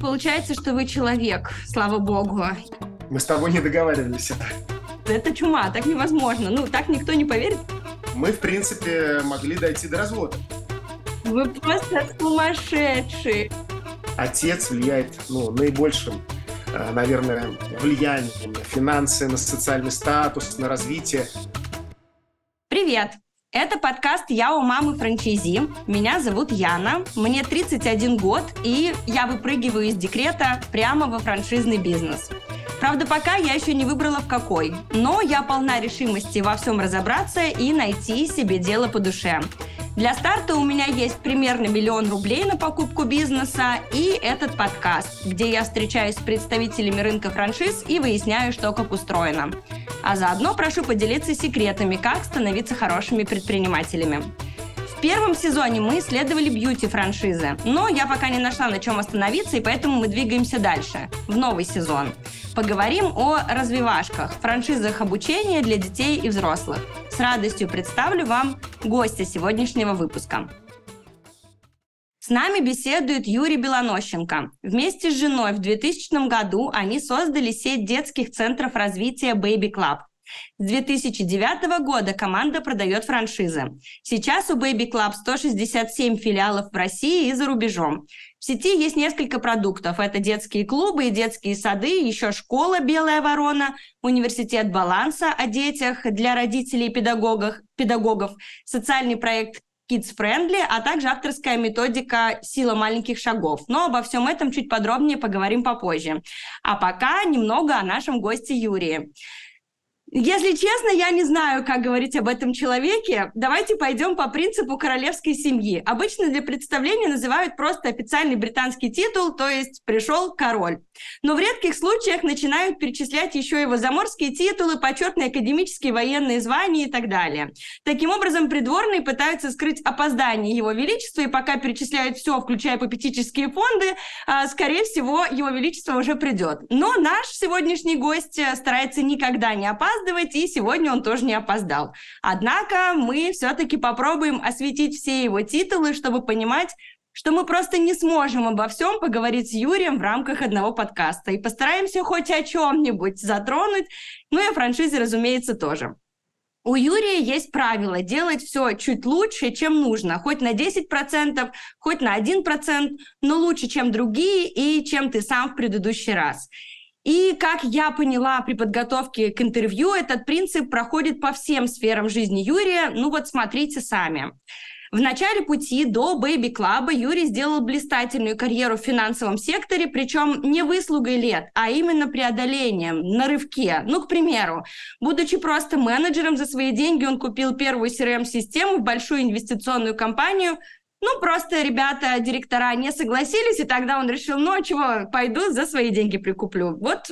получается, что вы человек, слава богу. Мы с тобой не договаривались. Это чума, так невозможно. Так никто не поверит. Мы, в принципе, могли дойти до развода. Вы просто сумасшедшие. Отец влияет, наибольшим, наверное, влиянием на финансы, на социальный статус, на развитие. Привет! Это подкаст «Я у мамы франчайзи». Меня зовут Яна, мне 31 год, и я выпрыгиваю из декрета прямо во франшизный бизнес. Правда, пока я еще не выбрала в какой, но я полна решимости во всем разобраться и найти себе дело по душе. Для старта у меня есть примерно 1 миллион рублей на покупку бизнеса и этот подкаст, где я встречаюсь с представителями рынка франшиз и выясняю, что как устроено. А заодно прошу поделиться секретами, как становиться хорошими предпринимателями. В первом сезоне мы исследовали бьюти-франшизы, но я пока не нашла, на чем остановиться, и поэтому мы двигаемся дальше, в новый сезон. Поговорим о развивашках, франшизах обучения для детей и взрослых. С радостью представлю вам гостя сегодняшнего выпуска. С нами беседует Юрий Белонощенко. Вместе с женой в 2000 году они создали сеть детских центров развития Baby Club. С 2009 года команда продает франшизы. Сейчас у Baby Club 167 филиалов в России и за рубежом. В сети есть несколько продуктов. Это детские клубы и детские сады, еще школа «Белая ворона», университет «Баланса» о детях для родителей и педагогов, социальный проект Kids Friendly, а также авторская методика «Сила маленьких шагов». Но обо всем этом чуть подробнее поговорим попозже. А пока немного о нашем госте Юрии. Если честно, я не знаю, как говорить об этом человеке. Давайте пойдем по принципу королевской семьи. Обычно для представления называют просто официальный британский титул, то есть «пришел король». Но в редких случаях начинают перечислять еще его заморские титулы, почетные академические военные звания и так далее. Таким образом, придворные пытаются скрыть опоздание его величества, и пока перечисляют все, включая попечительские фонды, скорее всего, его величество уже придет. Но наш сегодняшний гость старается никогда не опаздывать, и сегодня он тоже не опоздал. Однако мы все-таки попробуем осветить все его титулы, чтобы понимать, что мы просто не сможем обо всем поговорить с Юрием в рамках одного подкаста. И постараемся хоть о чем-нибудь затронуть, и о франшизе, разумеется, тоже. У Юрия есть правило делать все чуть лучше, чем нужно. Хоть на 10%, хоть на 1%, но лучше, чем другие и чем ты сам в предыдущий раз. И, как я поняла при подготовке к интервью, этот принцип проходит по всем сферам жизни Юрия. Смотрите сами. В начале пути до Baby Club Юрий сделал блистательную карьеру в финансовом секторе, причем не выслугой лет, а именно преодолением, на рывке. К примеру, будучи просто менеджером за свои деньги, он купил первую CRM-систему в большую инвестиционную компанию. Просто ребята, директора не согласились, и тогда он решил, пойду за свои деньги прикуплю. Вот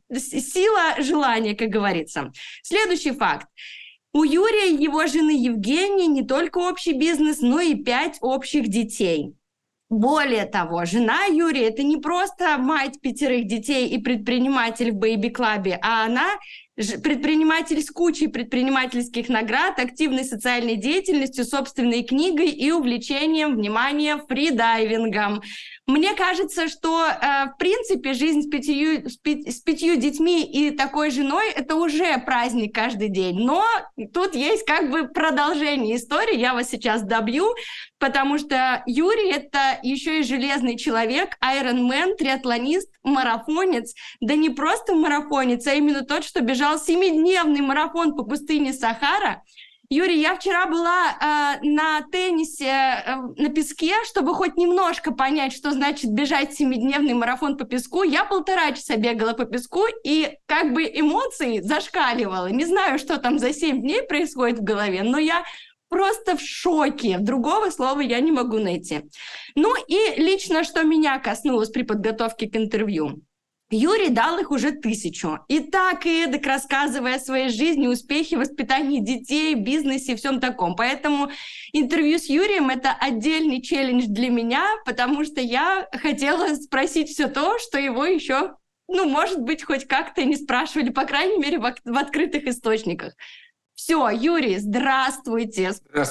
сила желания, как говорится. Следующий факт. У Юрия и его жены Евгении не только общий бизнес, но и 5 общих детей. Более того, жена Юрия – это не просто мать 5 детей и предприниматель в Baby Club, а она предприниматель с кучей предпринимательских наград, активной социальной деятельностью, собственной книгой и увлечением, внимание, фридайвингом. Мне кажется, что, в принципе, жизнь с 5 детьми и такой женой – это уже праздник каждый день. Но тут есть продолжение истории, я вас сейчас добью, потому что Юрий – это еще и железный человек, айронмен, триатлонист, марафонец. Да не просто марафонец, а именно тот, что бежал 7-дневный марафон по пустыне Сахара. Юрий, я вчера была на теннисе на песке, чтобы хоть немножко понять, что значит бежать 7-дневный марафон по песку. Я 1,5 часа бегала по песку, и эмоции зашкаливало. Не знаю, что там за 7 дней происходит в голове, но я просто в шоке. Другого слова я не могу найти. И лично, что меня коснулось при подготовке к интервью. Юрий дал их уже 1000. И так и эдак, рассказывая о своей жизни, успехи, воспитании детей, бизнесе и всем таком. Поэтому интервью с Юрием – это отдельный челлендж для меня, потому что я хотела спросить все то, что его еще, может быть, хоть как-то не спрашивали, по крайней мере, в открытых источниках. Все, Юрий, здравствуйте. Здравствуйте.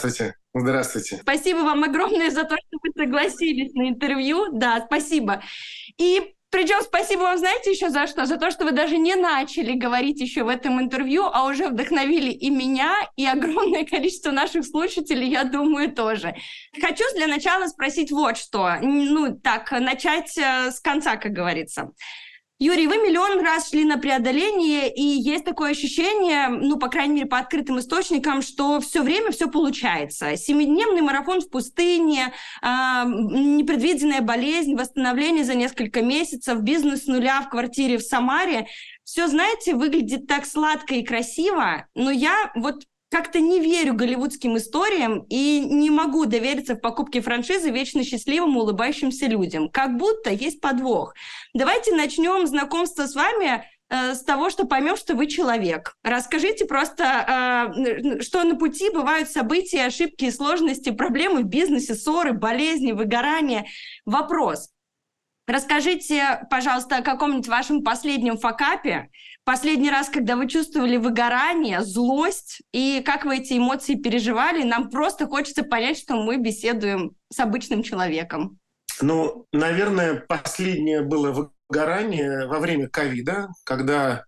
Здравствуйте. Спасибо вам огромное за то, что вы согласились на интервью. Да, спасибо. И причем спасибо вам, знаете, еще за что? За то, что вы даже не начали говорить еще в этом интервью, а уже вдохновили и меня, и огромное количество наших слушателей, я думаю, тоже. Хочу для начала спросить вот что. Начать с конца, как говорится. Юрий, вы миллион раз шли на преодоление, и есть такое ощущение, по крайней мере, по открытым источникам, что все время все получается. 7-дневный марафон в пустыне, непредвиденная болезнь, восстановление за несколько месяцев, бизнес с нуля в квартире в Самаре. Все, знаете, выглядит так сладко и красиво, но я как-то не верю голливудским историям и не могу довериться в покупке франшизы вечно счастливым, улыбающимся людям. Как будто есть подвох. Давайте начнем знакомство с вами с того, что поймем, что вы человек. Расскажите просто, что на пути бывают события, ошибки, сложности, проблемы в бизнесе, ссоры, болезни, выгорания. Вопрос. Расскажите, пожалуйста, о каком-нибудь вашем последнем факапе, последний раз, когда вы чувствовали выгорание, злость, и как вы эти эмоции переживали. Нам просто хочется понять, что мы беседуем с обычным человеком. Наверное, последнее было выгорание во время ковида, когда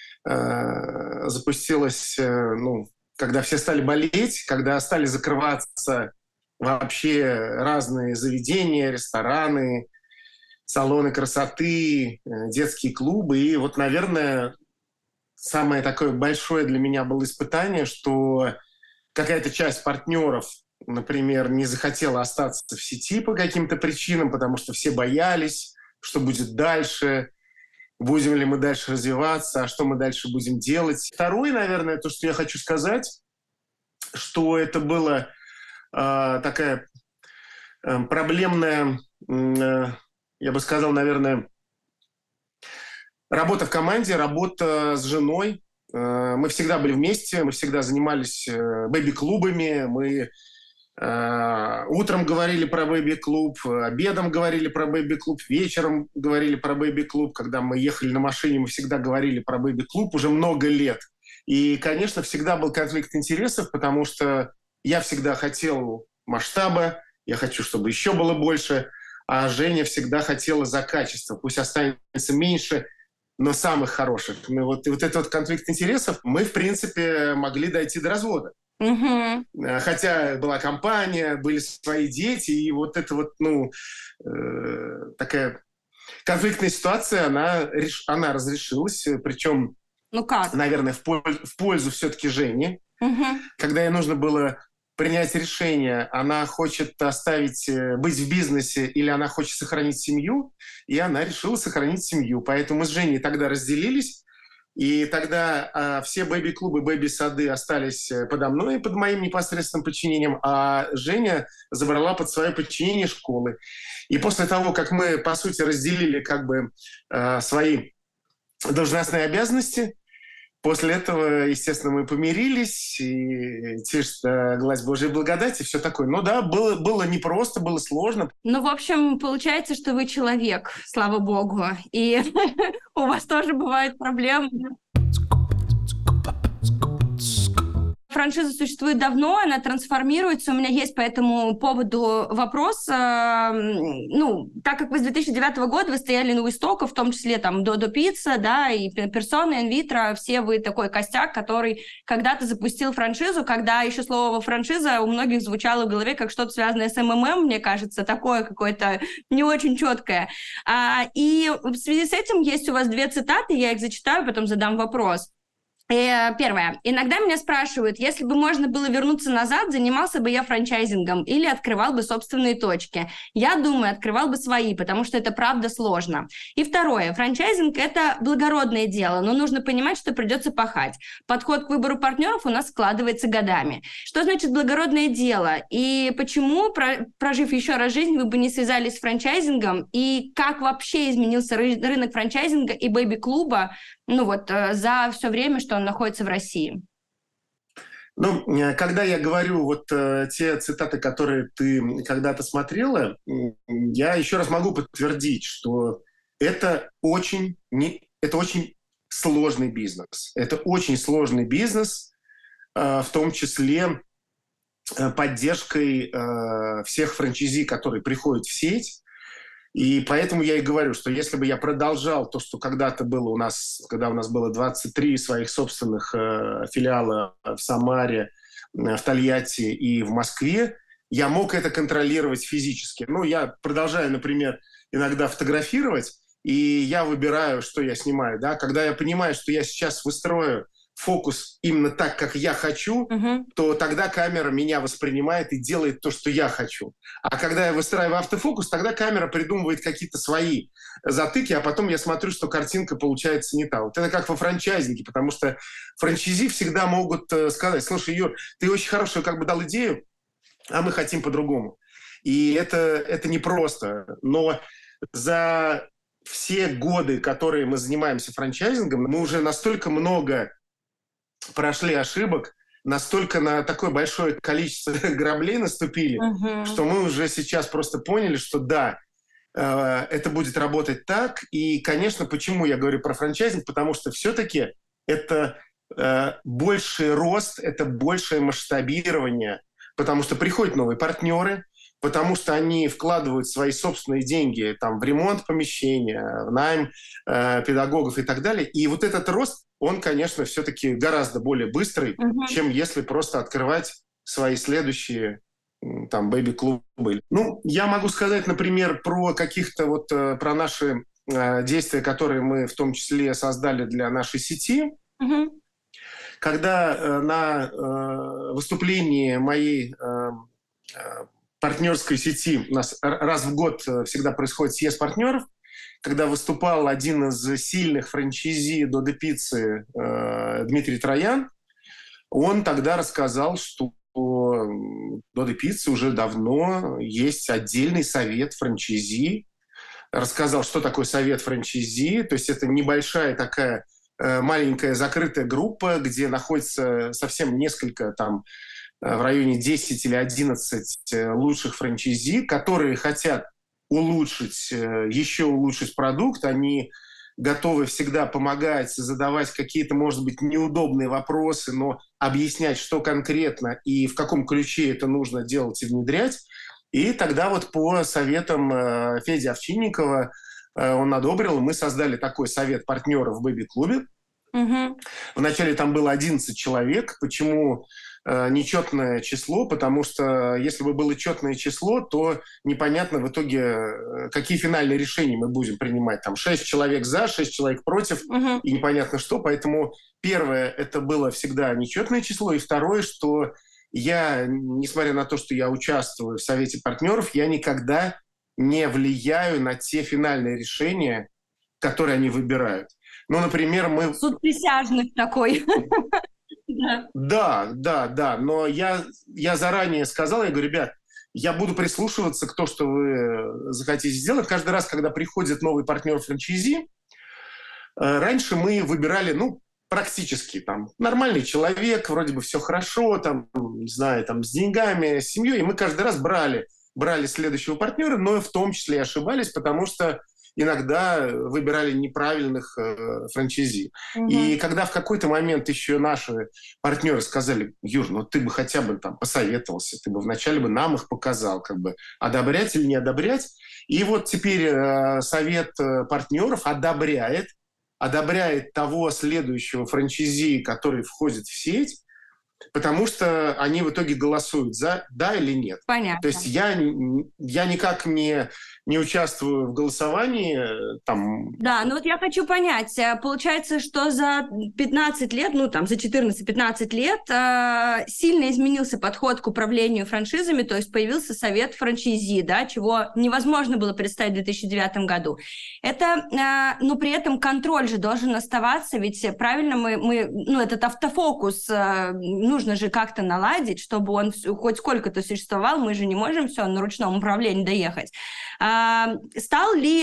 запустилось, когда все стали болеть, когда стали закрываться вообще разные заведения, рестораны, салоны красоты, детские клубы. И наверное, самое такое большое для меня было испытание, что какая-то часть партнеров, например, не захотела остаться в сети по каким-то причинам, потому что все боялись, что будет дальше, будем ли мы дальше развиваться, а что мы дальше будем делать. Второе, наверное, то, что я хочу сказать, что это была такая проблемная, я бы сказал, наверное, работа в команде, работа с женой. Мы всегда были вместе, мы всегда занимались бэби-клубами, мы утром говорили про бэби-клуб, обедом говорили про бэби-клуб, вечером говорили про бэби-клуб. Когда мы ехали на машине, мы всегда говорили про бэби-клуб уже много лет. И, конечно, всегда был конфликт интересов, потому что я всегда хотел масштаба, я хочу, чтобы еще было больше, а Женя всегда хотела за качество. Пусть останется меньше, но самых хороших. И этот конфликт интересов, мы, в принципе, могли дойти до развода. Угу. Хотя была компания, были свои дети, и такая конфликтная ситуация, она разрешилась, причем, наверное, в пользу все-таки Жени. Угу. Когда ей нужно было принять решение, она хочет быть в бизнесе или она хочет сохранить семью, и она решила сохранить семью. Поэтому мы с Женей тогда разделились, и тогда все бэби-клубы, бэби-сады остались подо мной, под моим непосредственным подчинением, а Женя забрала под свое подчинение школы. И после того, как мы, по сути, разделили свои должностные обязанности, после этого, естественно, мы помирились, и тишь гладь Божьей благодати, все такое. Было непросто, было сложно. В общем, получается, что вы человек, слава богу, и у вас тоже бывают проблемы. Франшиза существует давно, она трансформируется. У меня есть по этому поводу вопрос. Так как вы с 2009 года вы стояли у истоков, в том числе Додо Пицца, да, и Персона, Инвитро, все вы такой костяк, который когда-то запустил франшизу, когда еще слово франшиза у многих звучало в голове как что-то связанное с МММ, мне кажется, такое какое-то не очень четкое. И в связи с этим есть у вас 2 цитаты, я их зачитаю, потом задам вопрос. Первое. Иногда меня спрашивают, если бы можно было вернуться назад, занимался бы я франчайзингом или открывал бы собственные точки. Я думаю, открывал бы свои, потому что это правда сложно. И второе. Франчайзинг – это благородное дело, но нужно понимать, что придется пахать. Подход к выбору партнеров у нас складывается годами. Что значит благородное дело? И почему, прожив еще раз жизнь, вы бы не связались с франчайзингом? И как вообще изменился рынок франчайзинга и бэби-клуба за все время, что он находится в России? Когда я говорю те цитаты, которые ты когда-то смотрела, я еще раз могу подтвердить, что это очень сложный бизнес. Это очень сложный бизнес, в том числе поддержкой всех франчайзи, которые приходят в сеть. И поэтому я и говорю, что если бы я продолжал то, что когда-то было у нас, когда у нас было 23 своих собственных филиала в Самаре, в Тольятти и в Москве, я мог это контролировать физически. Ну, я продолжаю, например, иногда фотографировать, и я выбираю, что я снимаю. Да? Когда я понимаю, что я сейчас выстрою фокус именно так, как я хочу, то тогда камера меня воспринимает и делает то, что я хочу. А когда я выстраиваю автофокус, тогда камера придумывает какие-то свои затыки, а потом я смотрю, что картинка получается не та. Вот это как во франчайзинге, потому что франчайзи всегда могут сказать: слушай, Юр, ты очень хорошую дал идею, а мы хотим по-другому. И это непросто. Но за все годы, которые мы занимаемся франчайзингом, мы уже настолько много прошли ошибок, настолько на такое большое количество граблей наступили, что мы уже сейчас просто поняли, что да, это будет работать так. И, конечно, почему я говорю про франчайзинг? Потому что все-таки это больший рост, это большее масштабирование, потому что приходят новые партнеры, потому что они вкладывают свои собственные деньги в ремонт помещения, в найм педагогов и так далее. И вот этот рост, он, конечно, все-таки гораздо более быстрый, чем если просто открывать свои следующие бэби-клубы. Ну, я могу сказать, например, про про наши действия, которые мы в том числе создали для нашей сети. Когда на выступлении моей партнерской сети, у нас раз в год всегда происходит съезд партнеров, когда выступал один из сильных франчайзи Додо Пиццы Дмитрий Троян, он тогда рассказал, что у Додо Пиццы уже давно есть отдельный совет франчайзи. Рассказал, что такое совет франчайзи. То есть это небольшая такая маленькая закрытая группа, где находится совсем несколько в районе 10 или 11 лучших франчайзи, которые хотят еще улучшить продукт. Они готовы всегда помогать, задавать какие-то, может быть, неудобные вопросы, но объяснять, что конкретно и в каком ключе это нужно делать и внедрять. И тогда вот по советам Феди Овчинникова он одобрил, мы создали такой совет партнеров в Бэби-клубе. Вначале там было 11 человек. Почему нечетное число? Потому что если бы было четное число, то непонятно в итоге, какие финальные решения мы будем принимать. 6 человек за, 6 человек против, и непонятно что. Поэтому первое, это было всегда нечетное число. И второе, что я, несмотря на то, что я участвую в совете партнеров, я никогда не влияю на те финальные решения, которые они выбирают. Ну, например, мы... Суд присяжных такой. Да. Но я заранее сказал, я говорю: ребят, я буду прислушиваться к тому, что вы захотите сделать. Каждый раз, когда приходит новый партнер франчайзи, раньше мы выбирали, практически нормальный человек, вроде бы все хорошо, не знаю, с деньгами, с семьей. И мы каждый раз брали следующего партнера, но в том числе и ошибались, потому что иногда выбирали неправильных франчайзи. И когда в какой-то момент еще наши партнеры сказали: Юр, ты бы хотя бы посоветовался, ты бы вначале нам их показал, одобрять или не одобрять. И вот теперь совет партнеров одобряет того следующего франчайзи, который входит в сеть, потому что они в итоге голосуют за да или нет. Понятно. То есть я никак не участвую в голосовании. Да, я хочу понять. Получается, что за 15 лет, за 14-15 лет сильно изменился подход к управлению франшизами, то есть появился совет франчайзи, да, чего невозможно было представить в 2009 году. Это, при этом контроль же должен оставаться, ведь правильно мы этот автофокус нужно же как-то наладить, чтобы он хоть сколько-то существовал, мы же не можем все на ручном управлении доехать. Стал ли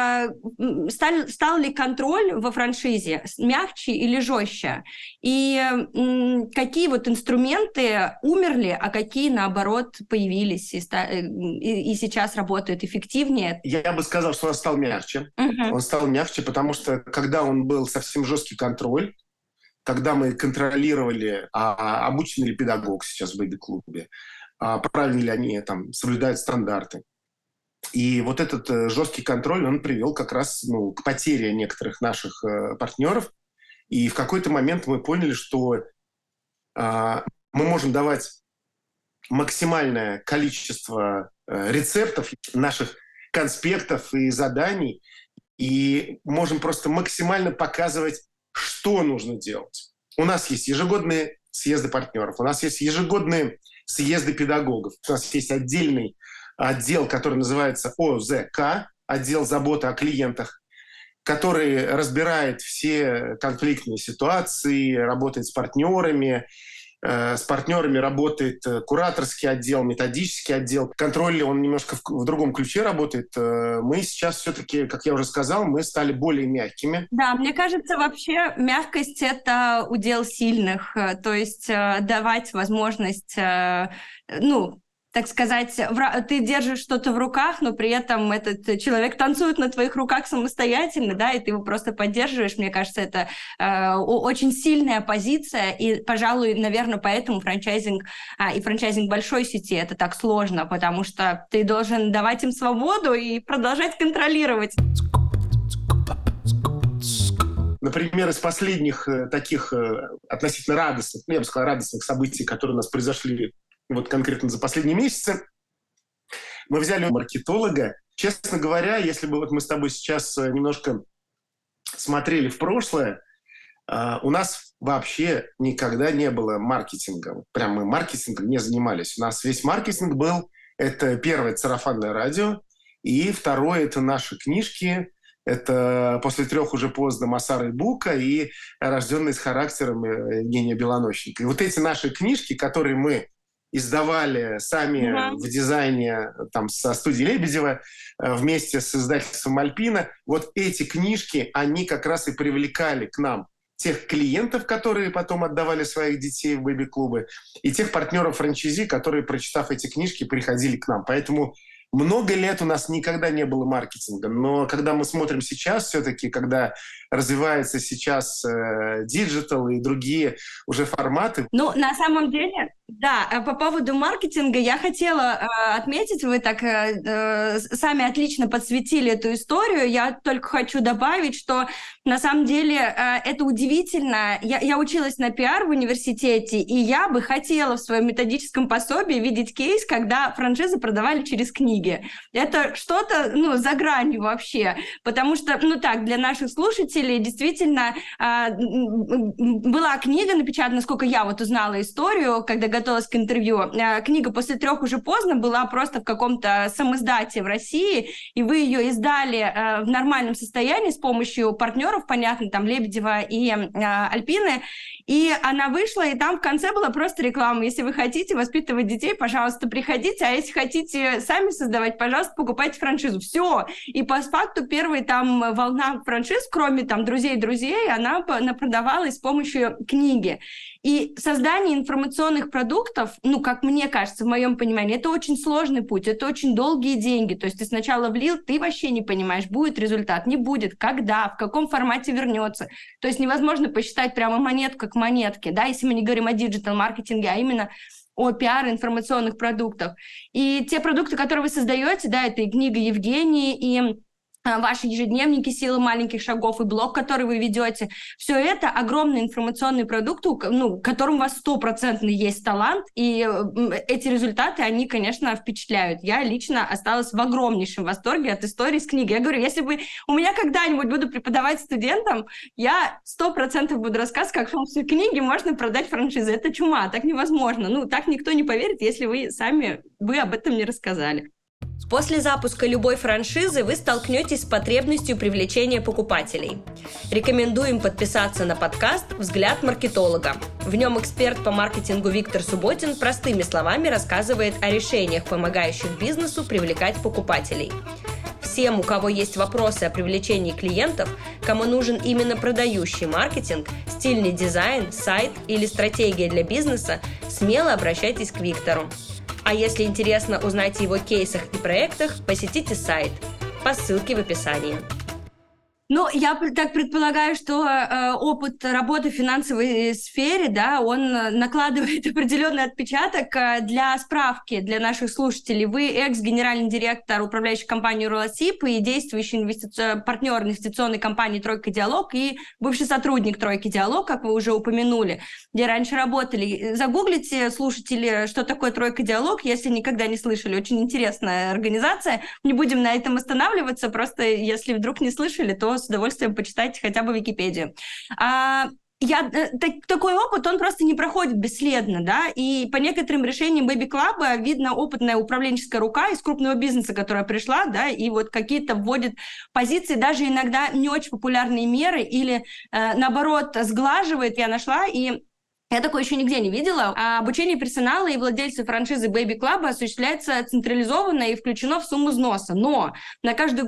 контроль во франшизе мягче или жестче? И какие инструменты умерли, а какие, наоборот, появились и сейчас работают эффективнее? Я бы сказал, что он стал мягче. Он стал мягче, потому что когда он был совсем жесткий контроль, когда мы контролировали, обучен ли педагог сейчас в бэби-клубе, правильно ли они там соблюдают стандарты. И вот этот жесткий контроль, он привел как раз к потере некоторых наших партнеров. И в какой-то момент мы поняли, что мы можем давать максимальное количество рецептов, наших конспектов и заданий, и можем просто максимально показывать, что нужно делать. У нас есть ежегодные съезды партнеров, у нас есть ежегодные съезды педагогов, у нас есть отдельный отдел, который называется ОЗК, отдел заботы о клиентах, который разбирает все конфликтные ситуации, работает с партнерами. С партнерами работает кураторский отдел, методический отдел. Контроль, он немножко в другом ключе работает. Мы сейчас все-таки, как я уже сказал, мы стали более мягкими. Да, мне кажется, вообще мягкость – это удел сильных. То есть давать возможность, так сказать, ты держишь что-то в руках, но при этом этот человек танцует на твоих руках самостоятельно, да, и ты его просто поддерживаешь. Мне кажется, это очень сильная позиция, и, пожалуй, наверное, поэтому франчайзинг и франчайзинг большой сети это так сложно, потому что ты должен давать им свободу и продолжать контролировать. Например, из последних таких относительно радостных, я бы сказал, радостных событий, которые у нас произошли вот конкретно за последние месяцы, мы взяли маркетолога. Честно говоря, если бы вот мы с тобой сейчас немножко смотрели в прошлое, у нас вообще никогда не было маркетинга. Прям мы маркетингом не занимались. У нас весь маркетинг был, это первое, сарафанное радио, и второе, это наши книжки, это «После 3 уже поздно» Массара и Бука и «Рожденный с характером» Евгения Белонощенко. И вот эти наши книжки, которые мы издавали сами в дизайне там, со студией Лебедева вместе с издательством «Альпина». Вот эти книжки, они как раз и привлекали к нам тех клиентов, которые потом отдавали своих детей в бэби-клубы, и тех партнеров франчайзи, которые, прочитав эти книжки, приходили к нам. Поэтому много лет у нас никогда не было маркетинга. Но когда мы смотрим сейчас все-таки, когда развивается сейчас диджитал и другие уже форматы. Ну, на самом деле, да, по поводу маркетинга я хотела отметить, вы так сами отлично подсветили эту историю. Я только хочу добавить, что на самом деле это удивительно. Я училась на пиар в университете, и я бы хотела в своем методическом пособии видеть кейс, когда франшизы продавали через книги. Это что-то, за гранью вообще. Потому что, для наших слушателей действительно была книга напечатана, насколько я вот узнала историю, когда готовилась к интервью. Книга «После 3 уже поздно» была просто в каком-то самоиздате в России, и вы ее издали в нормальном состоянии с помощью партнеров, понятно, там Лебедева и Альпины, и она вышла, и там в конце была просто реклама. Если вы хотите воспитывать детей, пожалуйста, приходите, а если хотите сами создавать, пожалуйста, покупайте франшизу. Все. И по факту первая там волна франшиз, кроме там друзей, она продавалась с помощью книги. И создание информационных продуктов, как мне кажется, в моем понимании, это очень сложный путь, это очень долгие деньги. То есть ты сначала влил, ты вообще не понимаешь, будет результат, не будет, когда, в каком формате вернется. То есть невозможно посчитать прямо монетку к монетке, да, если мы не говорим о диджитал-маркетинге, а именно о пиар-информационных продуктах. И те продукты, которые вы создаете, да, это и книга Евгении, и ваши ежедневники «Силы маленьких шагов» и блог, который вы ведете, все это огромные информационные продукты, которым у вас 100% есть талант, и эти результаты, они, конечно, впечатляют. Я лично осталась в огромнейшем восторге от истории с книгой. Я говорю, если бы у меня когда-нибудь буду преподавать студентам, я 100% буду рассказывать, как в книге можно продать франшизы. Это чума, так невозможно. Так никто не поверит, если вы об этом не рассказали. После запуска любой франшизы вы столкнетесь с потребностью привлечения покупателей. Рекомендуем подписаться на подкаст «Взгляд маркетолога». В нем эксперт по маркетингу Виктор Субботин простыми словами рассказывает о решениях, помогающих бизнесу привлекать покупателей. Всем, у кого есть вопросы о привлечении клиентов, кому нужен именно продающий маркетинг, стильный дизайн, сайт или стратегия для бизнеса, смело обращайтесь к Виктору. А если интересно узнать о его кейсах и проектах, посетите сайт по ссылке в описании. Ну, я так предполагаю, что опыт работы в финансовой сфере, да, он накладывает определенный отпечаток. Для справки для наших слушателей, вы экс-генеральный директор управляющей компании Ролосип и действующий партнер инвестиционной компании «Тройка Диалог» и бывший сотрудник «Тройки Диалог», как вы уже упомянули, где раньше работали. Загуглите, слушатели, что такое «Тройка Диалог», если никогда не слышали. Очень интересная организация. Не будем на этом останавливаться, просто если вдруг не слышали, то с удовольствием почитайте хотя бы Википедию. Такой опыт, он просто не проходит бесследно, да, и по некоторым решениям Baby Club видно опытная управленческая рука из крупного бизнеса, которая пришла, да, и вот какие-то вводит позиции, даже иногда не очень популярные меры или, наоборот, сглаживает, я нашла, и я такое еще нигде не видела. Обучение персонала и владельцев франшизы Baby Club осуществляется централизованно и включено в сумму взноса. Но на каждый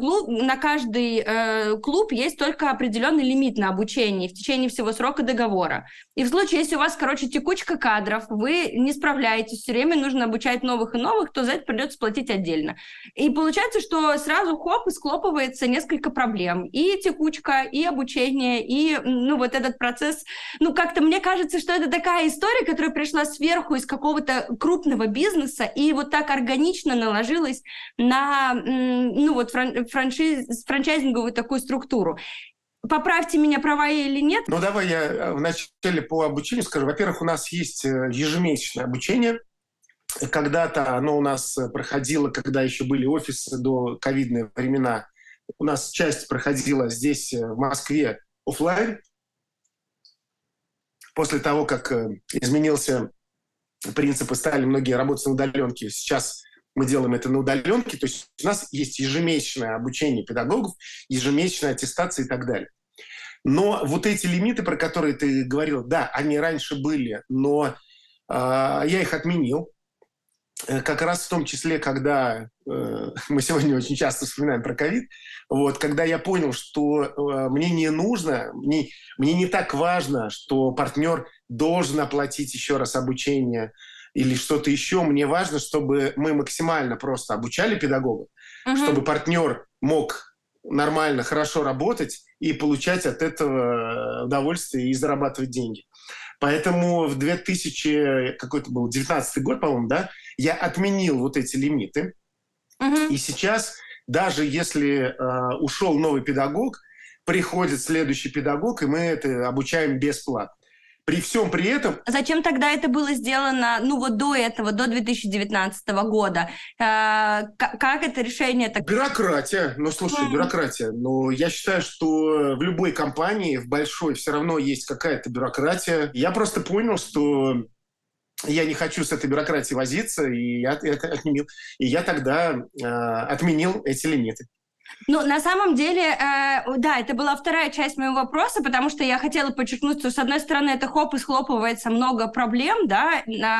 клуб есть только определенный лимит на обучение в течение всего срока договора. И в случае, если у вас, текучка кадров, вы не справляетесь, все время нужно обучать новых и новых, то за это придется платить отдельно. И получается, что сразу и склопывается несколько проблем. И текучка, и обучение, и вот этот процесс. Как-то мне кажется, что это такая история, которая пришла сверху из какого-то крупного бизнеса и вот так органично наложилась на франчайзинговую такую структуру. Поправьте меня, права я или нет. Давай я вначале по обучению скажу. Во-первых, у нас есть ежемесячное обучение. Когда-то оно у нас проходило, когда еще были офисы до ковидные времена. У нас часть проходила здесь, в Москве, офлайн. После того, как изменился принцип и стали многие работать на удаленке, сейчас мы делаем это на удаленке, то есть у нас есть ежемесячное обучение педагогов, ежемесячная аттестация и так далее. Но вот эти лимиты, про которые ты говорил, да, они раньше были, но я их отменил. Как раз в том числе, когда мы сегодня очень часто вспоминаем про ковид, когда я понял, что мне не нужно, мне не так важно, что партнер должен оплатить еще раз обучение или что-то еще. Мне важно, чтобы мы максимально просто обучали педагогов, чтобы партнер мог нормально, хорошо работать и получать от этого удовольствие и зарабатывать деньги. Поэтому в 2019 год, по-моему, да, я отменил вот эти лимиты. И сейчас, даже если ушел новый педагог, приходит следующий педагог, и мы это обучаем бесплатно. При всем при этом... Зачем тогда это было сделано, до этого, до 2019 года? Как это решение... Бюрократия. Бюрократия. Но я считаю, что в любой компании, в большой, все равно есть какая-то бюрократия. Я просто понял, что я не хочу с этой бюрократией возиться, и я это отменил. И я тогда отменил эти лимиты. На самом деле, да, это была вторая часть моего вопроса, потому что я хотела подчеркнуть, что, с одной стороны, это и схлопывается много проблем, да,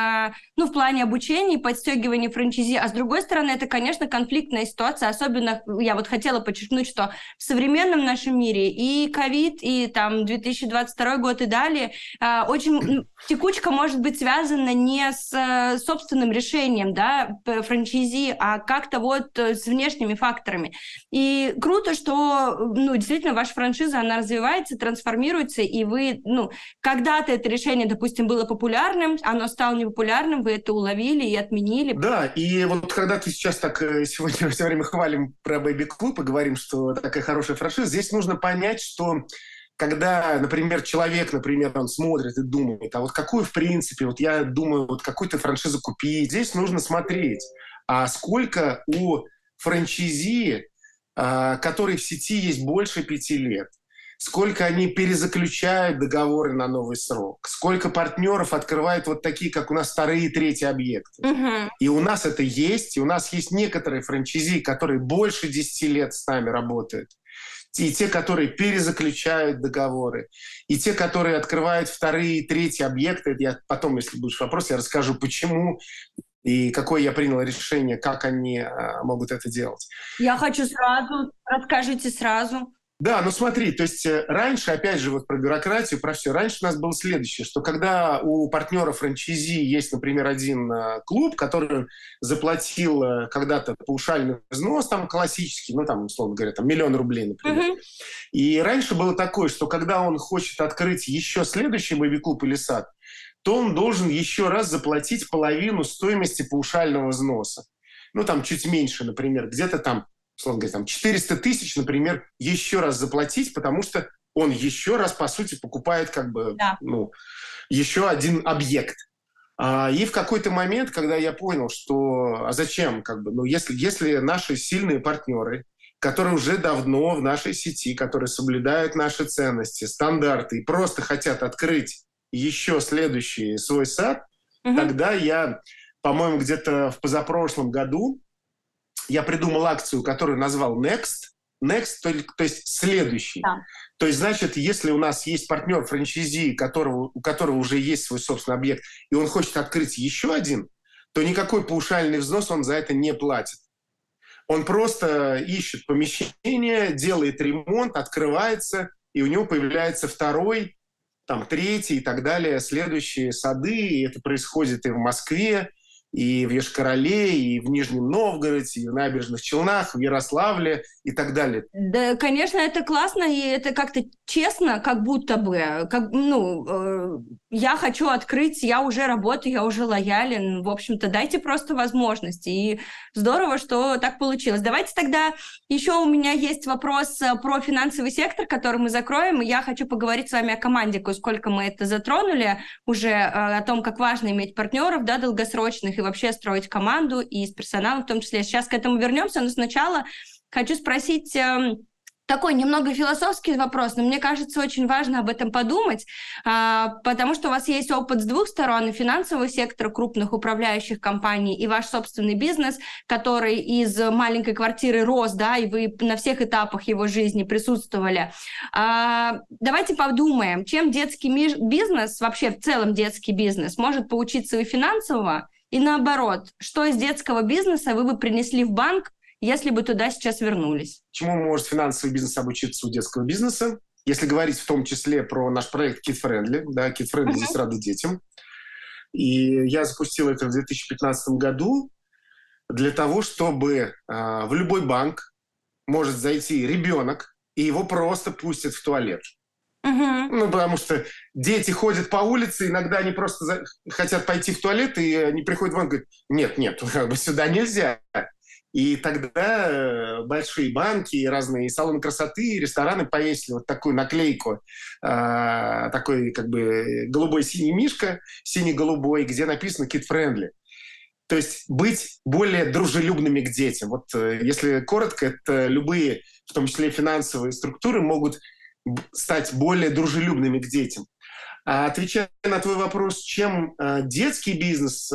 в плане обучения, подстегивания франчайзи, а с другой стороны, это, конечно, конфликтная ситуация, особенно, я хотела подчеркнуть, что в современном нашем мире и ковид, и 2022 год и далее, очень текучка может быть связана не с собственным решением, да, франчайзи, а как-то с внешними факторами. И круто, что, действительно, ваша франшиза, она развивается, трансформируется, и вы, когда-то это решение, допустим, было популярным, оно стало непопулярным, вы это уловили и отменили. Да, и когда ты сейчас сегодня все время хвалим про Baby Club и говорим, что такая хорошая франшиза, здесь нужно понять, что когда, например, человек, он смотрит и думает, а какую, в принципе, я думаю, какую-то франшизу купить, здесь нужно смотреть, а сколько у франчайзи, которые в сети есть больше 5 лет, сколько они перезаключают договоры на новый срок, сколько партнеров открывают такие, как у нас, вторые и третьи объекты. И у нас это есть, и у нас есть некоторые франчайзи, которые больше 10 лет с нами работают, и те, которые перезаключают договоры, и те, которые открывают вторые и третьи объекты. Это я потом, если будешь вопрос, я расскажу, почему и какое я принял решение, как они могут это делать. Я хочу сразу, расскажите сразу. Да, ну смотри, то есть раньше, опять же, вот про бюрократию, про все, раньше у нас было следующее, что когда у партнера франчайзи есть, например, один клуб, который заплатил когда-то паушальный взнос, там классический, ну там, условно говоря, там 1 000 000 рублей, например. И раньше было такое, что когда он хочет открыть еще следующий бэби-клуб или сад, то он должен еще раз заплатить половину стоимости паушального взноса. Ну там чуть меньше, например, где-то там, условно говоря, там 400 тысяч, например, еще раз заплатить, потому что он еще раз, по сути, покупает как бы, ну, еще один объект. И в какой-то момент, когда я понял, что, а зачем, как бы, ну, если наши сильные партнеры, которые уже давно в нашей сети, которые соблюдают наши ценности, стандарты и просто хотят открыть еще следующий свой сад, тогда я, по-моему, где-то в позапрошлом году я придумал акцию, которую назвал Next. Next, то есть следующий. Да. То есть, значит, если у нас есть партнер франчайзи, у которого уже есть свой собственный объект, и он хочет открыть еще один, то никакой паушальный взнос он за это не платит. Он просто ищет помещение, делает ремонт, открывается, и у него появляется второй, там, третий и так далее, следующие сады. И это происходит и в Москве, и в Йошкар-Оле, и в Нижнем Новгороде, и в Набережных Челнах, в Ярославле и так далее. Да, конечно, это классно, и это как-то честно, как будто бы. Я хочу открыть, я уже работаю, я уже лоялен. В общем-то, дайте просто возможности. И здорово, что так получилось. Давайте тогда еще у меня есть вопрос про финансовый сектор, который мы закроем. И я хочу поговорить с вами о команде, сколько мы это затронули, уже о том, как важно иметь партнеров, да, долгосрочных, и вообще строить команду, и с персоналом в том числе. Сейчас к этому вернемся, но сначала хочу спросить такой немного философский вопрос, но мне кажется, очень важно об этом подумать, потому что у вас есть опыт с двух сторон, и финансового сектора крупных управляющих компаний, и ваш собственный бизнес, который из маленькой квартиры рос, да, и вы на всех этапах его жизни присутствовали. Давайте подумаем, чем детский бизнес, вообще в целом детский бизнес, может поучиться у финансового, и наоборот, что из детского бизнеса вы бы принесли в банк, если бы туда сейчас вернулись? Чему может финансовый бизнес обучиться у детского бизнеса? Если говорить в том числе про наш проект Kid Friendly, да, Kid Friendly здесь рады детям. И я запустил это в 2015 году для того, чтобы в любой банк может зайти ребенок, и его просто пустят в туалет. Ну, потому что дети ходят по улице, иногда они просто хотят пойти в туалет, и они приходят в банк и говорят, нет, как бы сюда нельзя. И тогда большие банки, разные салоны красоты, рестораны повесили вот такую наклейку, такой как бы голубой-синий мишка, синий-голубой, где написано «Kid Friendly». То есть быть более дружелюбными к детям. Вот если коротко, это любые, в том числе финансовые структуры, могут стать более дружелюбными к детям. А отвечая на твой вопрос, чем детский бизнес,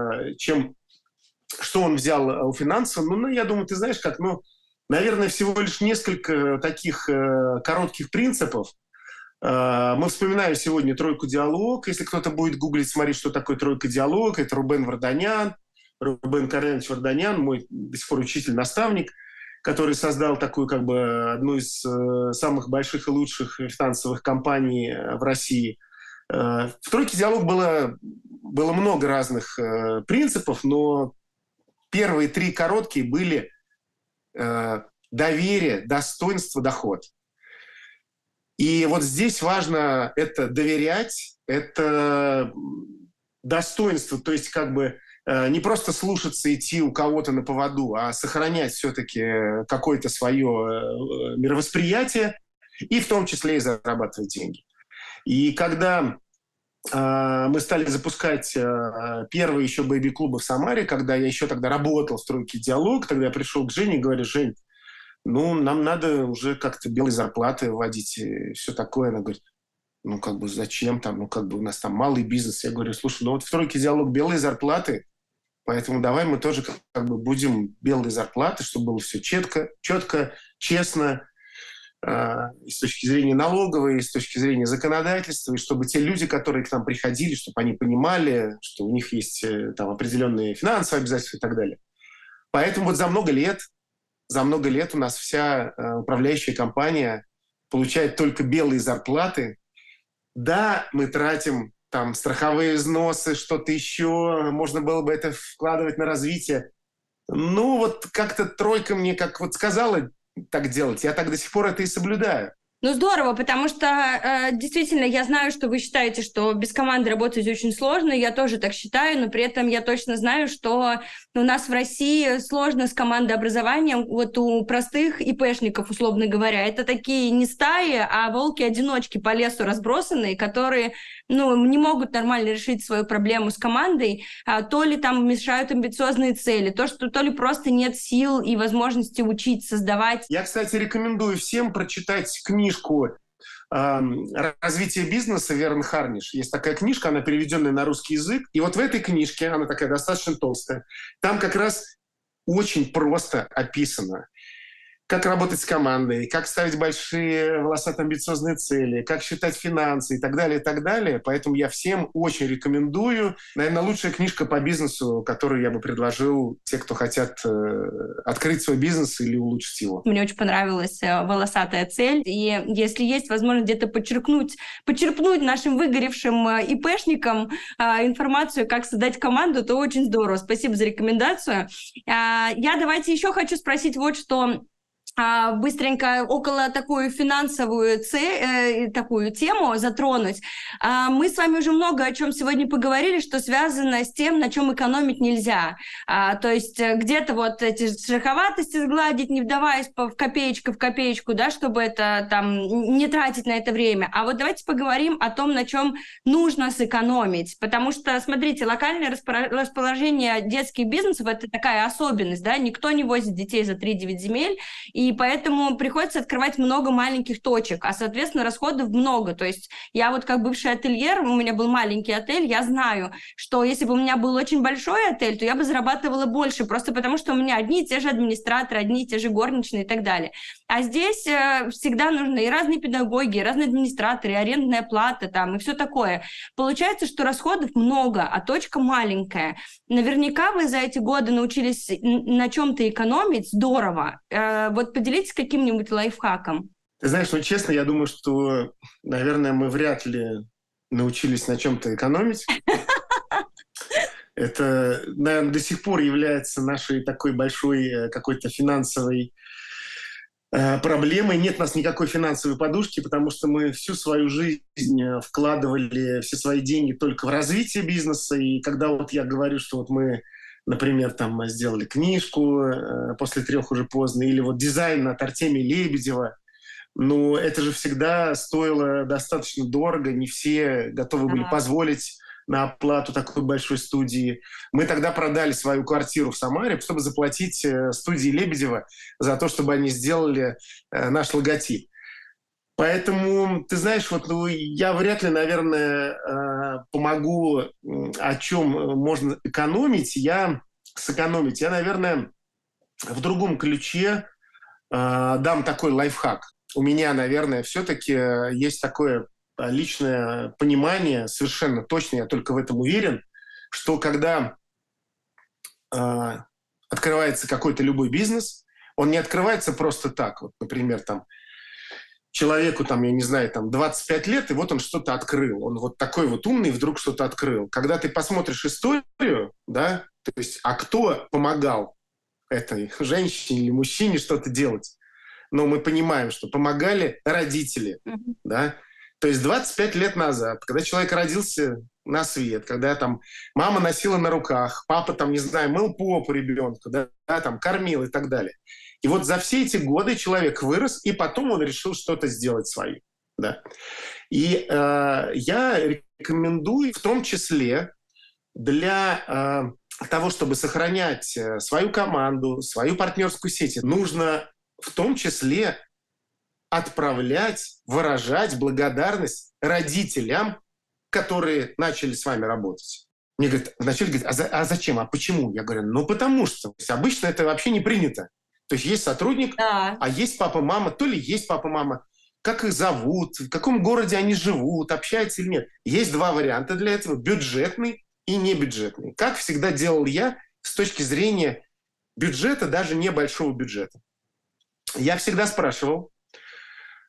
что он взял у финансов, я думаю, ты знаешь, наверное, всего лишь несколько таких коротких принципов. Мы вспоминаем сегодня «Тройку диалог». Если кто-то будет гуглить, смотреть, что такое «Тройка диалог», это Рубен Карлович Варданян, мой до сих пор учитель-наставник, который создал такую одну из самых больших и лучших финансовых компаний в России. В «Тройке диалог» было много разных принципов, но первые 3 короткие были доверие, достоинство, доход. И вот здесь важно это доверять, это достоинство, то есть не просто слушаться, идти у кого-то на поводу, а сохранять все-таки какое-то свое мировосприятие и в том числе и зарабатывать деньги. И когда мы стали запускать первые еще бэйби-клубы в Самаре, когда я еще тогда работал в «Тройке диалог», тогда я пришел к Жене и говорю: Жень, нам надо уже как-то белые зарплаты вводить и все такое. Она говорит: зачем там, у нас там малый бизнес. Я говорю: слушай, вот в «Тройке диалог» белые зарплаты, поэтому давай мы тоже будем белые зарплаты, чтобы было все четко, честно, и с точки зрения налоговой, и с точки зрения законодательства, и чтобы те люди, которые к нам приходили, чтобы они понимали, что у них есть там определенные финансовые обязательства и так далее. Поэтому вот за много лет у нас вся управляющая компания получает только белые зарплаты. Да, мы тратим там страховые взносы, что-то еще, можно было бы это вкладывать на развитие. Ну, вот как-то тройка мне, как вот сказала так делать, я так до сих пор это и соблюдаю. Ну, здорово, потому что действительно я знаю, что вы считаете, что без команды работать очень сложно, я тоже так считаю, но при этом я точно знаю, что у нас в России сложно с командообразованием, вот у простых ИПшников, условно говоря, это такие не стаи, а волки-одиночки по лесу разбросанные, которые, не могут нормально решить свою проблему с командой, то ли там мешают амбициозные цели, то ли просто нет сил и возможности учить, создавать. Я, кстати, рекомендую всем прочитать книжку «Развитие бизнеса» Верн Харниш. Есть такая книжка, она переведенная на русский язык. И вот в этой книжке, она такая достаточно толстая, там как раз очень просто описано, как работать с командой, как ставить большие, волосатые, амбициозные цели, как считать финансы и так далее, и так далее. Поэтому я всем очень рекомендую. Наверное, лучшая книжка по бизнесу, которую я бы предложил те, кто хотят открыть свой бизнес или улучшить его. Мне очень понравилась волосатая цель. И если есть возможность где-то почерпнуть нашим выгоревшим ИПшникам информацию, как создать команду, то очень здорово. Спасибо за рекомендацию. Я давайте еще хочу спросить вот что. Быстренько около такую финансовую такую тему затронуть. Мы с вами уже много о чем сегодня поговорили, что связано с тем, на чем экономить нельзя. То есть где-то вот эти шероховатости сгладить, не вдаваясь в копеечку, да, чтобы это там не тратить на это время. А вот давайте поговорим о том, на чем нужно сэкономить. Потому что, смотрите, локальное расположение детских бизнесов – это такая особенность, да, никто не возит детей за 3-9 земель, и поэтому приходится открывать много маленьких точек, а, соответственно, расходов много. То есть я вот как бывший ательер, у меня был маленький отель, я знаю, что если бы у меня был очень большой отель, то я бы зарабатывала больше, просто потому что у меня одни и те же администраторы, одни и те же горничные и так далее. А здесь всегда нужны и разные педагоги, и разные администраторы, и арендная плата там, и все такое. Получается, что расходов много, а точка маленькая. Наверняка вы за эти годы научились на чем-то экономить здорово. Вот поделитесь каким-нибудь лайфхаком. Ты знаешь, честно, я думаю, что, наверное, мы вряд ли научились на чем-то экономить. Это, наверное, до сих пор является нашей такой большой какой-то финансовой проблемой. Нет у нас никакой финансовой подушки, потому что мы всю свою жизнь вкладывали все свои деньги только в развитие бизнеса. И когда вот я говорю, что вот мы, например, там сделали книжку «После 3 уже поздно», или вот дизайн от Артемия Лебедева, это же всегда стоило достаточно дорого, не все готовы были позволить на оплату такой большой студии. Мы тогда продали свою квартиру в Самаре, чтобы заплатить студии Лебедева за то, чтобы они сделали наш логотип. Поэтому, ты знаешь, я вряд ли, наверное, помогу, о чем можно экономить. Я, наверное, в другом ключе дам такой лайфхак. У меня, наверное, все-таки есть такое личное понимание, совершенно точно, я только в этом уверен, что когда открывается какой-то любой бизнес, он не открывается просто так. Вот, например, там, человеку, там, я не знаю, там 25 лет, и вот он что-то открыл. Он вот такой вот умный, вдруг что-то открыл. Когда ты посмотришь историю, да, то есть, а кто помогал этой женщине или мужчине что-то делать? Но мы понимаем, что помогали родители, да. То есть 25 лет назад, когда человек родился на свет, когда там мама носила на руках, папа там, не знаю, мыл попу ребенку, да, там кормил и так далее. И вот за все эти годы человек вырос, и потом он решил что-то сделать свое. Да. И я рекомендую, в том числе для того, чтобы сохранять свою команду, свою партнерскую сеть, нужно в том числе отправлять, выражать благодарность родителям, которые начали с вами работать. Мне говорят, вначале говорят, а зачем, а почему? Я говорю, потому что обычно это вообще не принято. То есть сотрудник, а есть папа-мама, то ли есть папа-мама, как их зовут, в каком городе они живут, общаются или нет. Есть 2 варианта для этого, бюджетный и небюджетный. Как всегда делал я с точки зрения бюджета, даже небольшого бюджета. Я всегда спрашивал,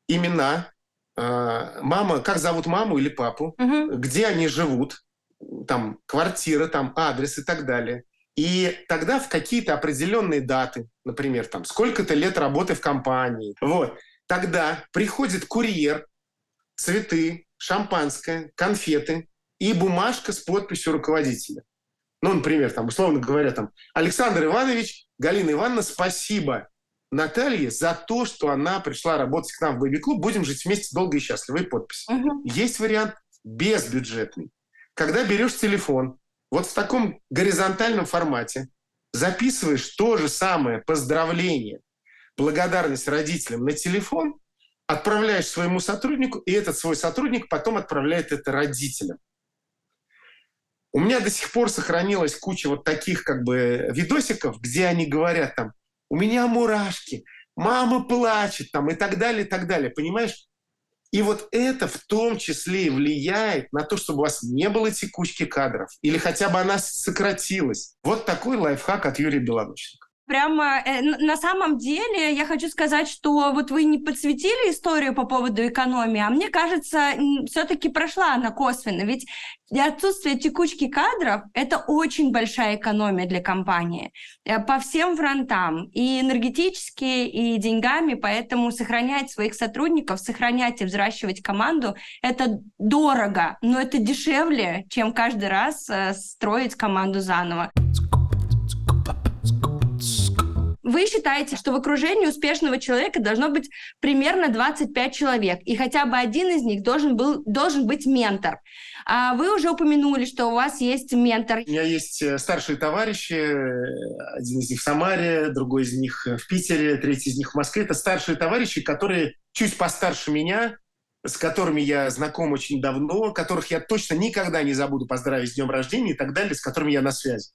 имена, мама, как зовут маму или папу, где они живут, там квартира, там адрес и так далее. И тогда в какие-то определенные даты, например, там сколько-то лет работы в компании, вот, тогда приходит курьер, цветы, шампанское, конфеты и бумажка с подписью руководителя. Ну, например, там, условно говоря, там, Александр Иванович, Галина Ивановна, спасибо Наталье за то, что она пришла работать к нам в Бэби-клуб, будем жить вместе долго и счастливо, и подпись. Есть вариант безбюджетный. Когда берешь телефон, вот в таком горизонтальном формате, записываешь то же самое поздравление, благодарность родителям на телефон, отправляешь своему сотруднику, и этот свой сотрудник потом отправляет это родителям. У меня до сих пор сохранилась куча вот таких как бы видосиков, где они говорят там: у меня мурашки, мама плачет там и так далее, понимаешь? И вот это в том числе и влияет на то, чтобы у вас не было текучки кадров или хотя бы она сократилась. Вот такой лайфхак от Юрия Белоноченко. Прямо на самом деле я хочу сказать, что вот вы не подсветили историю по поводу экономии, а мне кажется, все-таки прошла она косвенно. Ведь отсутствие текучки кадров – это очень большая экономия для компании по всем фронтам, и энергетически, и деньгами, поэтому сохранять своих сотрудников, сохранять и взращивать команду – это дорого, но это дешевле, чем каждый раз строить команду заново. Вы считаете, что в окружении успешного человека должно быть примерно 25 человек, и хотя бы один из них должен быть ментор. А вы уже упомянули, что у вас есть ментор. У меня есть старшие товарищи, один из них в Самаре, другой из них в Питере, третий из них в Москве. Это старшие товарищи, которые чуть постарше меня, с которыми я знаком очень давно, которых я точно никогда не забуду поздравить с днем рождения и так далее, с которыми я на связи.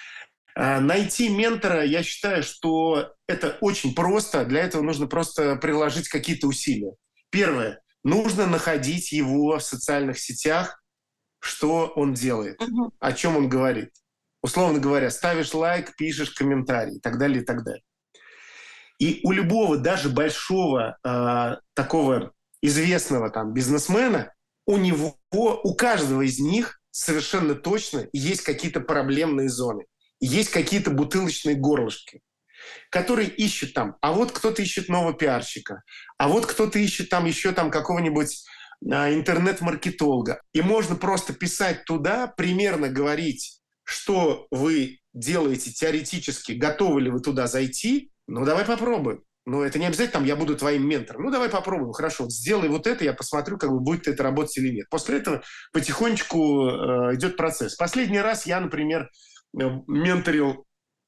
Найти ментора, я считаю, что это очень просто. Для этого нужно просто приложить какие-то усилия. Первое. Нужно находить его в социальных сетях, что он делает, о чем он говорит. Условно говоря, ставишь лайк, пишешь комментарий и так далее, и так далее. И у любого, даже большого такого известного там бизнесмена, у каждого из них совершенно точно есть какие-то проблемные зоны. Есть какие-то бутылочные горлышки, которые ищут там. А вот кто-то ищет нового пиарщика, а вот кто-то ищет там еще там какого-нибудь интернет-маркетолога. И можно просто писать туда, примерно говорить, что вы делаете теоретически, готовы ли вы туда зайти. Ну, давай попробуем. Ну, это не обязательно, там, я буду твоим ментором. Ну, давай попробуем. Хорошо, вот сделай вот это, я посмотрю, как бы будет это работать или нет. После этого потихонечку идет процесс. Последний раз я, например, менторил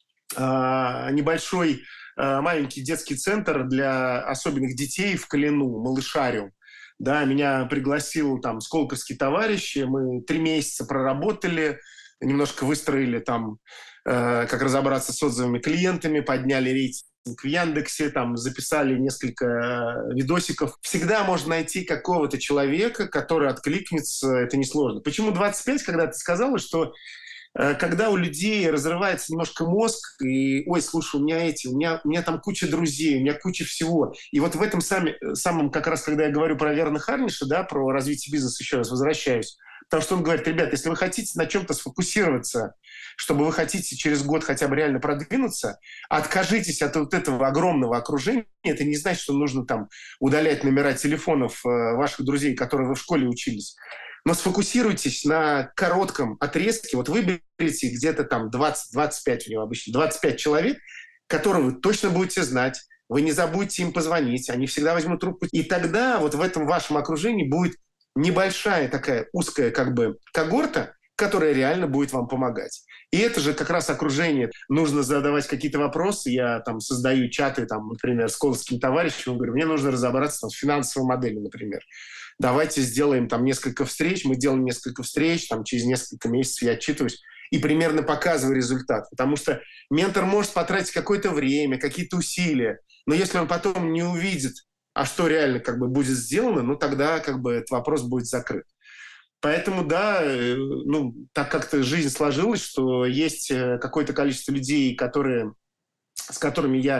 небольшой маленький детский центр для особенных детей в Колину, малышариум. Да, меня пригласил там сколковский товарищ, мы 3 месяца проработали, немножко выстроили там, как разобраться с отзывами клиентами, подняли рейтинг в Яндексе, там записали несколько видосиков. Всегда можно найти какого-то человека, который откликнется, это несложно. Почему 25, когда ты сказала, что когда у людей разрывается немножко мозг, и, ой, слушай, у меня там куча друзей, у меня куча всего. И вот в этом самом, как раз, когда я говорю про Верна Харниша, да, про развитие бизнеса, еще раз возвращаюсь, потому что он говорит: ребят, если вы хотите на чем-то сфокусироваться, чтобы вы хотите через год хотя бы реально продвинуться, откажитесь от вот этого огромного окружения. Это не значит, что нужно там удалять номера телефонов ваших друзей, которые вы в школе учились. Но сфокусируйтесь на коротком отрезке. Вот выберите где-то там 20-25 у него обычно, 25 человек, которых вы точно будете знать. Вы не забудьте им позвонить, они всегда возьмут трубку. И тогда вот в этом вашем окружении будет небольшая такая узкая как бы когорта, которая реально будет вам помогать. И это же как раз окружение. Нужно задавать какие-то вопросы. Я там создаю чаты, там, например, с колледжским товарищем. Говорю, мне нужно разобраться там, с финансовой моделью, например. Давайте сделаем там несколько встреч. Мы делаем несколько встреч, там через несколько месяцев я отчитываюсь и примерно показываю результат. Потому что ментор может потратить какое-то время, какие-то усилия. Но если он потом не увидит, а что реально как бы будет сделано, ну тогда как бы этот вопрос будет закрыт. Поэтому, да, ну, так как-то жизнь сложилась, что есть какое-то количество людей, с которыми я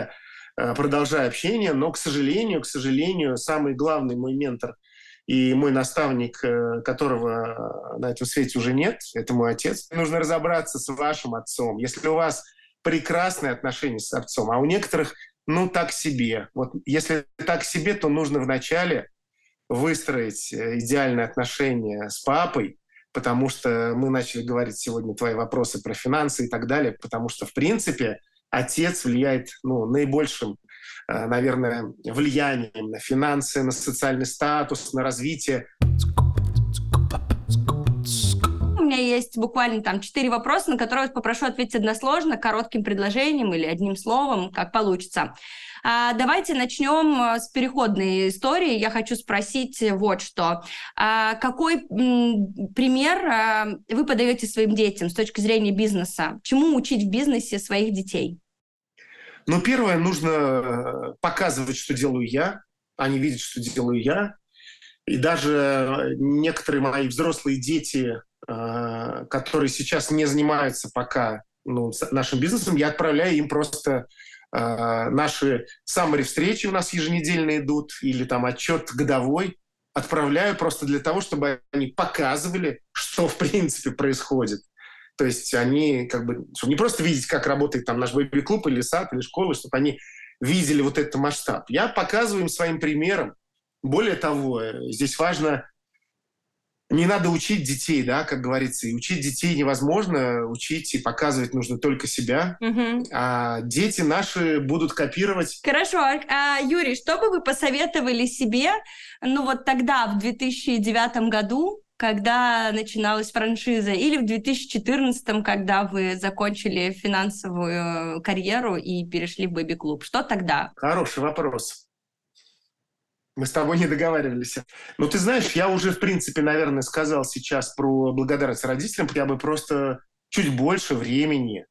продолжаю общение, но, к сожалению, самый главный мой ментор и мой наставник, которого на этом свете уже нет, это мой отец. Нужно разобраться с вашим отцом. Если у вас прекрасные отношения с отцом, а у некоторых, так себе. Вот если так себе, то нужно вначале выстроить идеальные отношения с папой, потому что мы начали говорить сегодня твои вопросы про финансы и так далее, потому что, в принципе, отец влияет наибольшим, наверное, влиянием на финансы, на социальный статус, на развитие. У меня есть буквально 4 вопроса, на которые я попрошу ответить односложно, коротким предложением или одним словом, как получится. Давайте начнем с переходной истории. Я хочу спросить вот что. Какой пример вы подаете своим детям с точки зрения бизнеса? Чему учить в бизнесе своих детей? Первое, нужно показывать, что делаю я. Они видят, что делаю я. И даже некоторые мои взрослые дети, которые сейчас не занимаются пока нашим бизнесом, я отправляю им просто наши summary-встречи у нас еженедельно идут, или отчет годовой, отправляю просто для того, чтобы они показывали, что в принципе происходит. То есть они чтобы не просто видеть, как работает наш бэби-клуб или сад, или школа, чтобы они видели вот этот масштаб. Я показываю им своим примером. Более того, здесь важно, не надо учить детей, как говорится, и учить детей невозможно, учить и показывать нужно только себя, а дети наши будут копировать. Хорошо, Юрий, что бы вы посоветовали себе, тогда, в 2009 году, когда начиналась франшиза, или в 2014, когда вы закончили финансовую карьеру и перешли в бэби-клуб? Что тогда? Хороший вопрос. Мы с тобой не договаривались. Ты знаешь, я уже, в принципе, наверное, сказал сейчас про благодарность родителям. Я бы просто чуть больше времени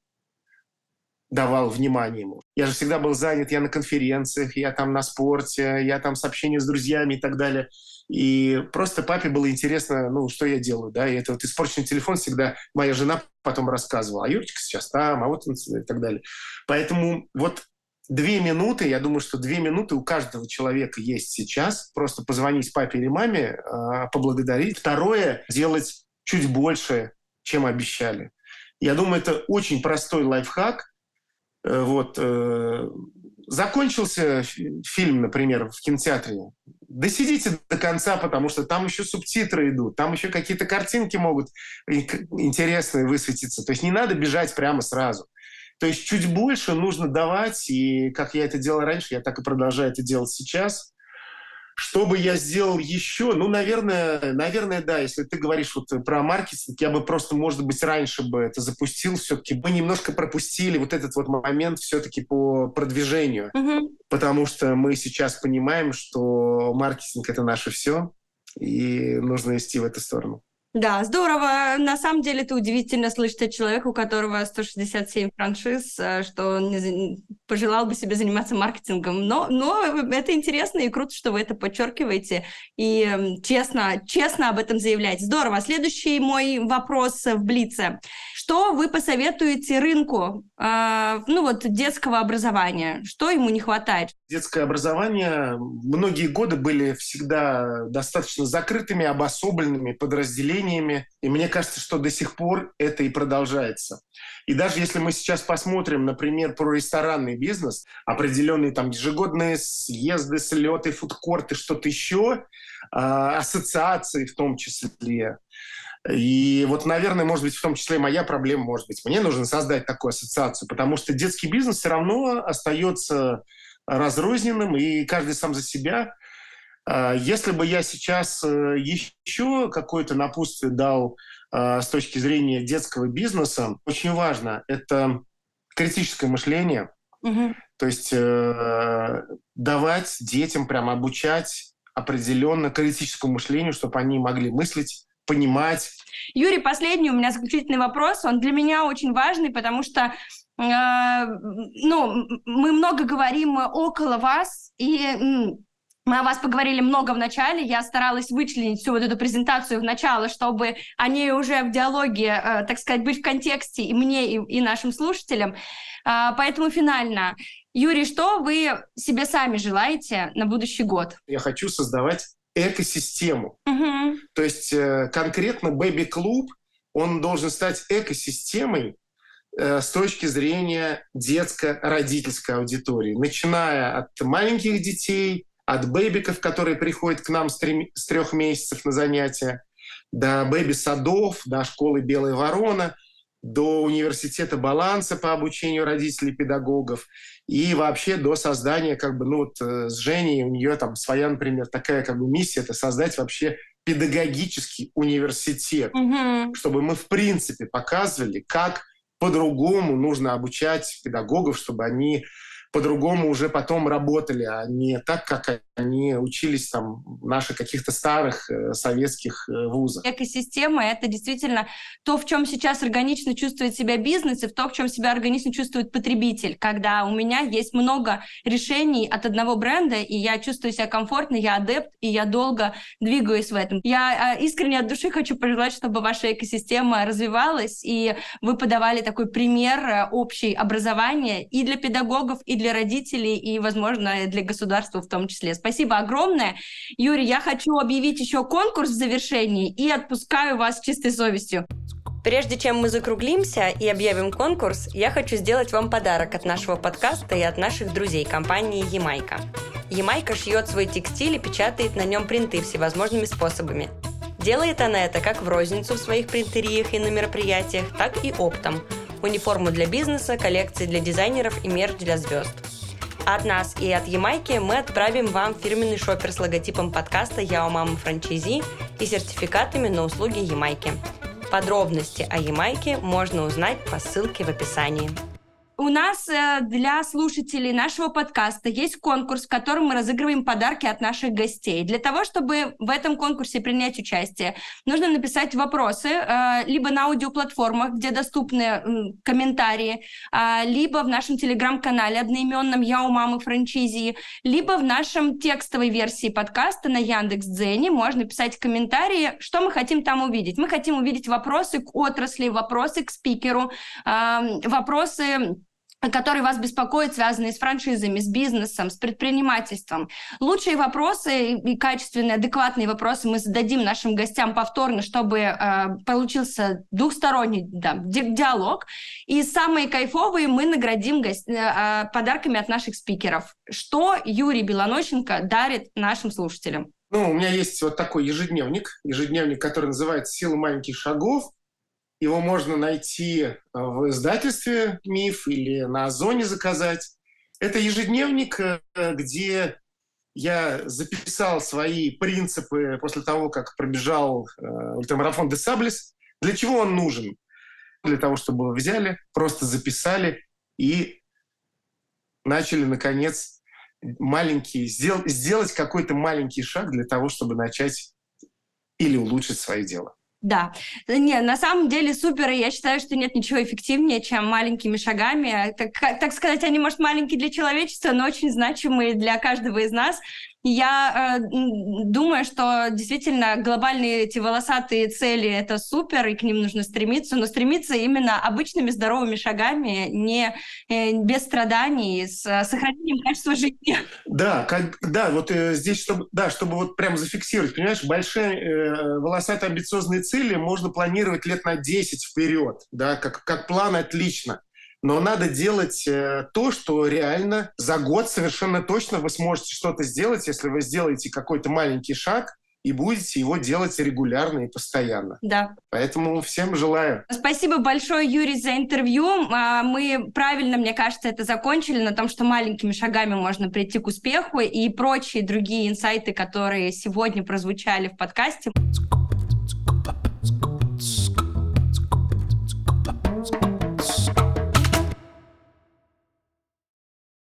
давал внимание ему. Я же всегда был занят, я на конференциях, я на спорте, я с общением с друзьями и так далее. И просто папе было интересно, что я делаю, И это испорченный телефон всегда моя жена потом рассказывала. А Юрчик сейчас там, а вот он и так далее. Поэтому 2 минуты, я думаю, что 2 минуты у каждого человека есть сейчас. Просто позвонить папе или маме, поблагодарить. Второе, делать чуть больше, чем обещали. Я думаю, это очень простой лайфхак. Закончился фильм, например, в кинотеатре. Досидите до конца, потому что там еще субтитры идут, там еще какие-то картинки могут интересные высветиться. То есть не надо бежать прямо сразу. То есть чуть больше нужно давать, и как я это делал раньше, я так и продолжаю это делать сейчас. Что бы я сделал еще? Наверное, да. Если ты говоришь про маркетинг, я бы просто, может быть, раньше бы это запустил. Все-таки мы немножко пропустили этот момент все-таки по продвижению. Потому что мы сейчас понимаем, что маркетинг — это наше все, и нужно идти в эту сторону. Да, здорово. На самом деле это удивительно слышать от человека, у которого 167 франшиз, что он не пожелал бы себе заниматься маркетингом. Но это интересно и круто, что вы это подчеркиваете и честно об этом заявляете. Здорово. Следующий мой вопрос в Блице. Что вы посоветуете рынку детского образования? Что ему не хватает? Детское образование многие годы были всегда достаточно закрытыми, обособленными подразделениями. И мне кажется, что до сих пор это и продолжается. И даже если мы сейчас посмотрим, например, про ресторанный бизнес, определенные ежегодные съезды, слеты, фудкорты, что-то еще, ассоциации в том числе. И наверное, может быть, в том числе моя проблема, может быть, мне нужно создать такую ассоциацию, потому что детский бизнес все равно остается разрозненным, и каждый сам за себя. Если бы я сейчас еще какое-то напутствие дал с точки зрения детского бизнеса, очень важно — это критическое мышление. То есть давать детям, прямо обучать определенно критическому мышлению, чтобы они могли мыслить, понимать. Юрий, последний у меня заключительный вопрос. Он для меня очень важный, потому что мы много говорим около вас, и Мы о вас поговорили много в начале, я старалась вычленить всю вот эту презентацию в начало, чтобы они уже в диалоге, так сказать, быть в контексте и мне, и нашим слушателям. Поэтому финально. Юрий, что вы себе сами желаете на будущий год? Я хочу создавать экосистему. Угу. То есть конкретно Baby Club, он должен стать экосистемой с точки зрения детско-родительской аудитории, начиная от маленьких детей, от бэбиков, которые приходят к нам с 3 месяцев на занятия, до бэби-садов, до школы «Белая ворона», до университета баланса по обучению родителей и педагогов и вообще до создания, с Женей, у нее там своя, например, такая миссия, это создать вообще педагогический университет, чтобы мы в принципе показывали, как по-другому нужно обучать педагогов, чтобы они по-другому уже потом работали, а не так, как они учились там в наших каких-то старых советских вузах. Экосистема — это действительно то, в чем сейчас органично чувствует себя бизнес, и в том, в чем себя органично чувствует потребитель. Когда у меня есть много решений от одного бренда, и я чувствую себя комфортно, я адепт, и я долго двигаюсь в этом. Я искренне от души хочу пожелать, чтобы ваша экосистема развивалась, и вы подавали такой пример общей образования и для педагогов, и для родителей, и, возможно, для государства в том числе. Спасибо огромное. Юрий, я хочу объявить еще конкурс в завершении и отпускаю вас с чистой совестью. Прежде чем мы закруглимся и объявим конкурс, я хочу сделать вам подарок от нашего подкаста и от наших друзей компании «Ямайка». «Ямайка» шьет свой текстиль и печатает на нем принты всевозможными способами. Делает она это как в розницу в своих принтериях и на мероприятиях, так и оптом. Униформу для бизнеса, коллекции для дизайнеров и мерч для звезд. От нас и от Ямайки мы отправим вам фирменный шопер с логотипом подкаста «Я у мамы франчайзи» и сертификатами на услуги Ямайки. Подробности о Ямайке можно узнать по ссылке в описании. У нас для слушателей нашего подкаста есть конкурс, в котором мы разыгрываем подарки от наших гостей. Для того, чтобы в этом конкурсе принять участие, нужно написать вопросы либо на аудиоплатформах, где доступны комментарии, либо в нашем телеграм-канале одноименном «Я у мамы франчайзи», либо в нашем текстовой версии подкаста на Яндекс.Дзене можно писать комментарии, что мы хотим там увидеть. Мы хотим увидеть вопросы к отрасли, вопросы к спикеру, вопросы, которые вас беспокоят, связанные с франшизами, с бизнесом, с предпринимательством. Лучшие вопросы и качественные, адекватные вопросы мы зададим нашим гостям повторно, чтобы получился двухсторонний диалог. И самые кайфовые мы наградим подарками от наших спикеров. Что Юрий Белонощенко дарит нашим слушателям? У меня есть вот такой ежедневник, который называется «Сила маленьких шагов». Его можно найти в издательстве «Миф» или на Озоне заказать. Это ежедневник, где я записал свои принципы после того, как пробежал ультрамарафон де Саблес. Для чего он нужен? Для того, чтобы вы взяли, просто записали и начали, наконец, сделать какой-то маленький шаг для того, чтобы начать или улучшить свое дело. Да, на самом деле супер, и я считаю, что нет ничего эффективнее, чем маленькими шагами. Так сказать, они, может, маленькие для человечества, но очень значимые для каждого из нас. Я думаю, что действительно глобальные эти волосатые цели — это супер, и к ним нужно стремиться, но стремиться именно обычными здоровыми шагами, не без страданий, с сохранением качества жизни. Да, вот здесь, чтобы вот прям зафиксировать, понимаешь, большие волосатые амбициозные цели можно планировать лет на 10 вперед, да, как план отлично. Но надо делать то, что реально за год совершенно точно вы сможете что-то сделать, если вы сделаете какой-то маленький шаг и будете его делать регулярно и постоянно. Да. Поэтому всем желаю. Спасибо большое, Юрий, за интервью. Мы правильно, мне кажется, это закончили на том, что маленькими шагами можно прийти к успеху, и прочие другие инсайты, которые сегодня прозвучали в подкасте.